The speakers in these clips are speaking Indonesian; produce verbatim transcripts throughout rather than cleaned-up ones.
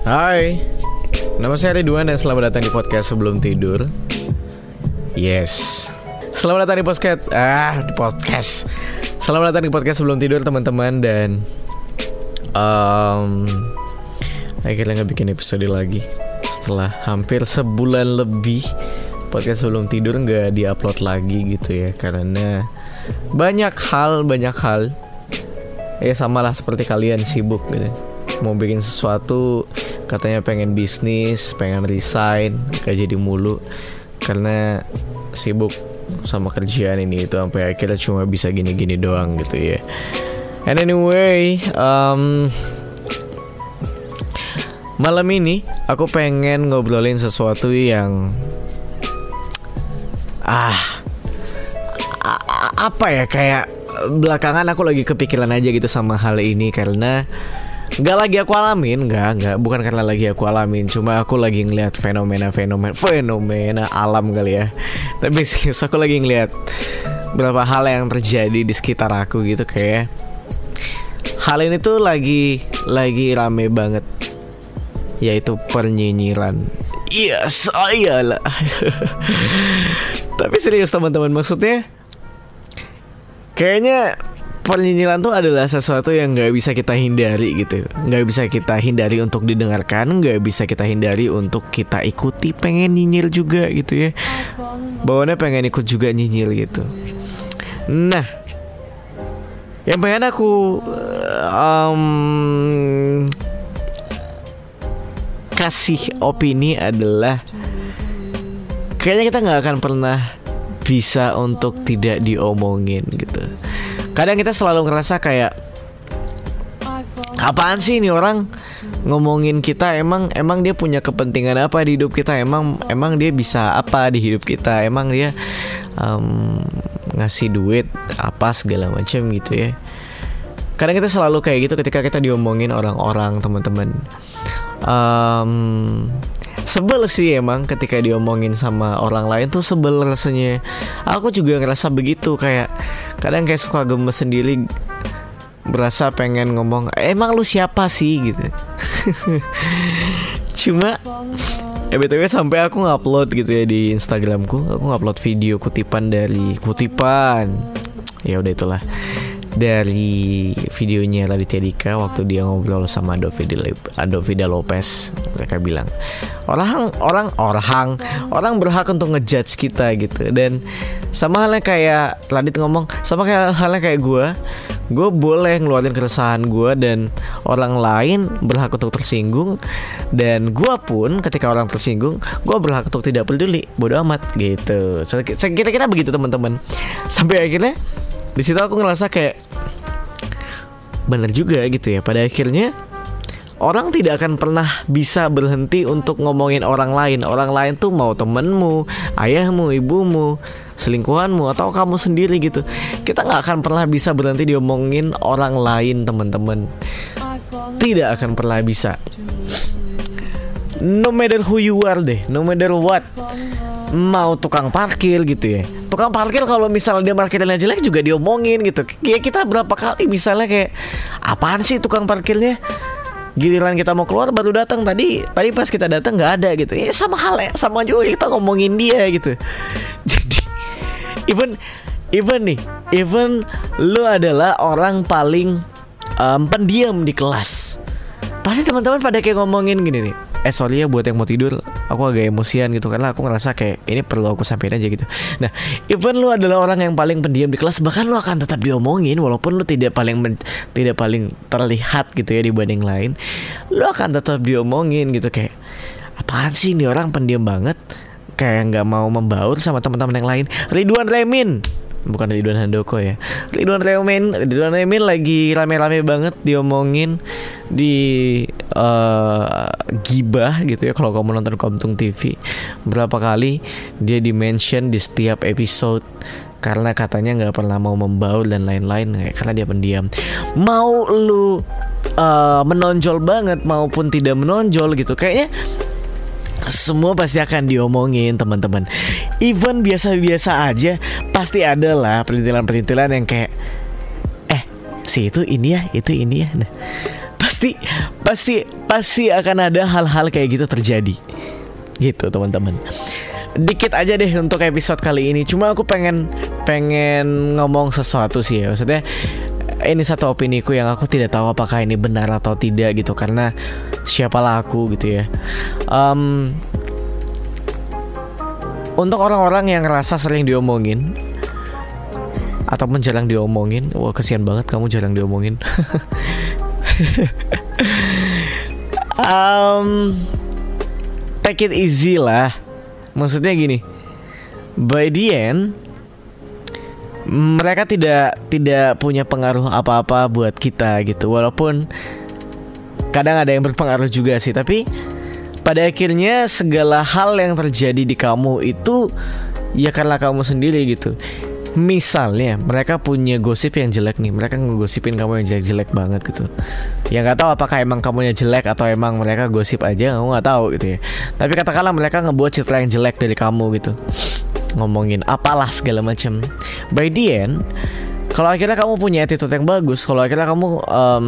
Hai, nama saya Ridwan dan selamat datang di podcast sebelum tidur. Yes, selamat datang di podcast Ah, di podcast Selamat datang di podcast sebelum tidur teman-teman. Dan um, akhirnya gak bikin episode lagi setelah hampir sebulan lebih. Podcast sebelum tidur gak diupload lagi gitu ya, karena banyak hal, banyak hal. Ya samalah seperti kalian, sibuk gitu. Mau bikin sesuatu, katanya pengen bisnis, pengen resign, gak jadi mulu karena sibuk sama kerjaan ini itu, sampai akhirnya cuma bisa gini-gini doang gitu ya. And anyway, um, malam ini aku pengen ngobrolin sesuatu yang ah apa ya, kayak belakangan aku lagi kepikiran aja gitu sama hal ini, karena Gak lagi aku alamin, Gak, gak, bukan karena lagi aku alamin, cuma aku lagi ngeliat fenomena-fenomena Fenomena alam kali ya. Tapi serius, aku lagi ngeliat beberapa hal yang terjadi di sekitar aku gitu. Kayak hal ini tuh lagi Lagi rame banget, yaitu pernyinyiran. Yes, oh iyalah. Tapi serius teman-teman, maksudnya kayaknya pernyinyiran tuh adalah sesuatu yang gak bisa kita hindari gitu. Gak bisa kita hindari untuk didengarkan, gak bisa kita hindari untuk kita ikuti. Pengen nyinyir juga gitu ya, bawaannya pengen ikut juga nyinyir gitu. Nah, yang pengen aku um, kasih opini adalah, kayaknya kita gak akan pernah bisa untuk tidak diomongin gitu. Kadang kita selalu ngerasa kayak, apaan sih ini orang ngomongin kita, emang emang dia punya kepentingan apa di hidup kita, emang emang dia bisa apa di hidup kita, emang dia um, ngasih duit apa segala macam gitu ya. Kadang kita selalu kayak gitu ketika kita diomongin orang-orang, teman-teman. Um, Sebel sih emang ketika diomongin sama orang lain tuh, sebel rasanya. Aku juga ngerasa begitu, kayak kadang kayak suka gemes sendiri, berasa pengen ngomong, emang lu siapa sih gitu. Cuma ya btw sampai aku ngupload gitu ya di Instagramku, aku ngupload video kutipan dari kutipan ya udah itulah dari videonya Raditya Dika waktu dia ngobrol sama Dovida Lopez. Mereka bilang orang orang orang orang berhak untuk ngejudge kita gitu. Dan sama halnya kayak Radit ngomong, sama kayak halnya kayak gue gue boleh ngeluarin keresahan gue, dan orang lain berhak untuk tersinggung. Dan gue pun ketika orang tersinggung, gue berhak untuk tidak peduli, bodo amat gitu. So, kira-kira begitu teman-teman. Sampai akhirnya di situ aku ngerasa kayak bener juga gitu ya. Pada akhirnya orang tidak akan pernah bisa berhenti untuk ngomongin orang lain. Orang lain tuh mau temenmu, ayahmu, ibumu, selingkuhanmu, atau kamu sendiri gitu. Kita gak akan pernah bisa berhenti diomongin orang lain, teman-teman. Tidak akan pernah bisa. No matter who you are deh, no matter what. Mau tukang parkir gitu ya, tukang parkir kalau misalnya dia parkirnya jelek juga diomongin gitu. Kayak kita berapa kali misalnya kayak, apaan sih tukang parkirnya, giliran kita mau keluar baru datang, tadi tadi pas kita datang nggak ada gitu. Ya sama halnya, sama juga kita ngomongin dia gitu. Jadi even even nih even lu adalah orang paling um, pendiam di kelas, pasti teman-teman pada kayak ngomongin gini nih, eh sorry ya buat yang mau tidur, aku agak emosian gitu, karena aku ngerasa kayak ini perlu aku sampein aja gitu. Nah, even lu adalah orang yang paling pendiam di kelas, bahkan lu akan tetap diomongin walaupun lu tidak paling men- tidak paling terlihat gitu ya dibanding lain. Lu akan tetap diomongin gitu, kayak apaan sih ini orang pendiam banget, kayak nggak mau membaur sama teman-teman yang lain. Ridwan Remin, bukan Ridwan Handoko ya, Ridwan Remin Ridwan Remin lagi rame-rame banget diomongin di uh, gibah gitu ya. Kalau kamu nonton Komtung T V, berapa kali dia di-mention di setiap episode karena katanya nggak pernah mau membaur dan lain-lain, karena dia pendiam. Mau lu uh, menonjol banget maupun tidak menonjol gitu, kayaknya semua pasti akan diomongin, teman-teman. Even biasa-biasa aja pasti ada lah perintilan-perintilan yang kayak, eh si itu ini ya, itu ini ya. Nah, pasti pasti pasti pasti akan ada hal-hal kayak gitu terjadi. Gitu teman-teman. Dikit aja deh untuk episode kali ini. Cuma aku pengen pengen ngomong sesuatu sih ya. Maksudnya ini satu opiniku yang aku tidak tahu apakah ini benar atau tidak gitu. Karena siapalah aku gitu ya. um, Untuk orang-orang yang ngerasa sering diomongin ataupun jarang diomongin. Wah kesian banget kamu jarang diomongin. um, Take it easy lah. Maksudnya gini, by the end mereka tidak tidak punya pengaruh apa-apa buat kita gitu. Walaupun kadang ada yang berpengaruh juga sih, tapi pada akhirnya segala hal yang terjadi di kamu itu ya karena kamu sendiri gitu. Misalnya mereka punya gosip yang jelek nih, mereka ngegosipin kamu yang jelek-jelek banget gitu. Ya nggak tahu apakah emang kamunya jelek atau emang mereka gosip aja, aku nggak tahu gitu ya. Tapi katakanlah mereka ngebuat citra yang jelek dari kamu gitu, ngomongin apalah segala macam. By the end, kalau akhirnya kamu punya attitude yang bagus, kalau akhirnya kamu um,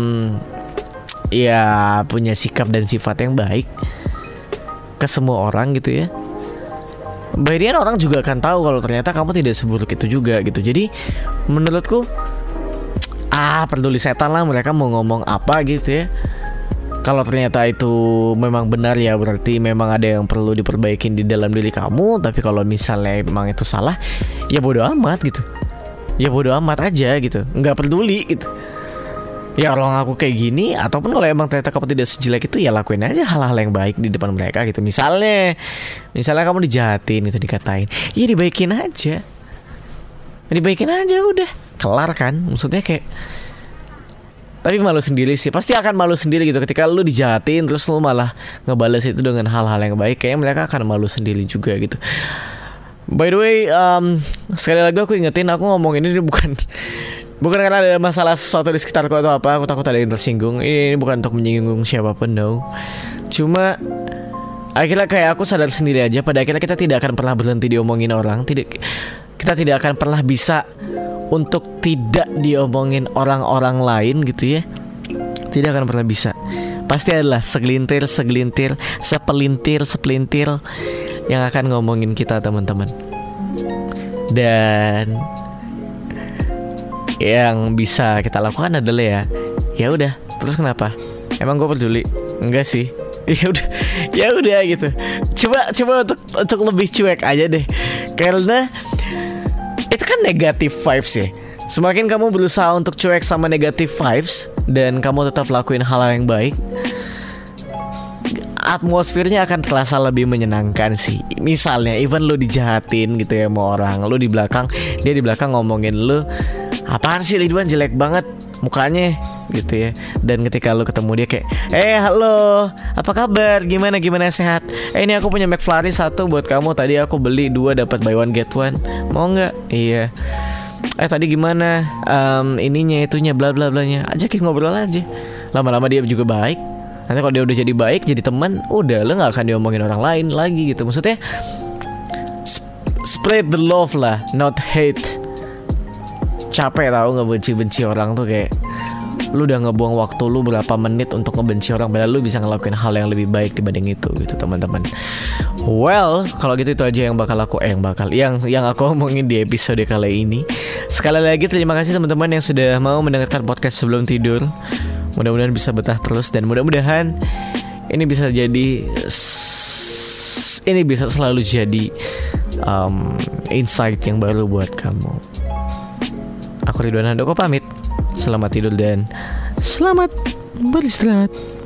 ya punya sikap dan sifat yang baik ke semua orang gitu ya, by the end orang juga akan tahu kalau ternyata kamu tidak seburuk itu juga gitu. Jadi menurutku ah peduli setan lah mereka mau ngomong apa gitu ya. Kalau ternyata itu memang benar ya berarti memang ada yang perlu diperbaikin di dalam diri kamu. Tapi kalau misalnya memang itu salah, ya bodo amat gitu. Ya bodo amat aja gitu, nggak peduli gitu. Ya kalau ngaku kayak gini, ataupun kalau emang ternyata kamu tidak sejelek itu, ya lakuin aja hal-hal yang baik di depan mereka gitu. Misalnya Misalnya kamu dijahatin itu, dikatain, ya dibaikin aja. Dibaikin aja udah, kelar kan. Maksudnya kayak, tapi malu sendiri sih, pasti akan malu sendiri gitu. Ketika lu dijahatin terus lu malah ngebales itu dengan hal-hal yang baik, kayaknya mereka akan malu sendiri juga gitu. By the way, um, sekali lagi aku ingetin, aku ngomong ini bukan Bukan karena ada masalah sesuatu di sekitarku atau apa. Aku takut ada yang tersinggung. Ini, ini bukan untuk menyinggung siapapun, no. Cuma akhirnya kayak aku sadar sendiri aja, pada akhirnya kita tidak akan pernah berhenti diomongin orang. Tidak, kita tidak akan pernah bisa untuk tidak diomongin orang-orang lain gitu ya. Tidak akan pernah bisa. Pasti adalah segelintir, segelintir, sepelintir, sepelintir yang akan ngomongin kita teman-teman. Dan yang bisa kita lakukan adalah ya, ya udah, terus kenapa? Emang gue peduli? Enggak sih. Ya udah, ya udah gitu. Coba, coba untuk untuk lebih cuek aja deh, karena itu kan negative vibes ya. Semakin kamu berusaha untuk cuek sama negative vibes dan kamu tetap lakuin hal yang baik, atmosfernya akan terasa lebih menyenangkan sih. Misalnya even lu dijahatin gitu ya sama orang, lu di belakang, dia di belakang ngomongin lu, apaan sih Ridwan jelek banget mukanya gitu ya. Dan ketika lu ketemu dia kayak, eh halo, apa kabar, gimana gimana sehat, eh ini aku punya McFlurry satu buat kamu, tadi aku beli dua dapat buy one get one, mau nggak? Iya. Eh tadi gimana um, ininya itunya bla bla blanya, ajakin ngobrol aja. Lama-lama dia juga baik. Nanti kalau dia udah jadi baik, jadi teman, udah lo nggak akan diomongin orang lain lagi gitu. Maksudnya sp- spread the love lah, not hate. Capek tau ngebenci-benci orang tuh, kayak lu udah ngebuang waktu lu berapa menit untuk ngebenci orang, padahal lu bisa ngelakuin hal yang lebih baik dibanding itu gitu teman-teman. Well, kalau gitu itu aja yang bakal aku eh yang bakal yang yang aku omongin di episode kali ini. Sekali lagi terima kasih teman-teman yang sudah mau mendengarkan podcast sebelum tidur. Mudah-mudahan bisa betah terus dan mudah-mudahan ini bisa jadi ini bisa selalu jadi um, insight yang baru buat kamu. Aku Ridwan Handoko pamit. Selamat tidur dan selamat beristirahat.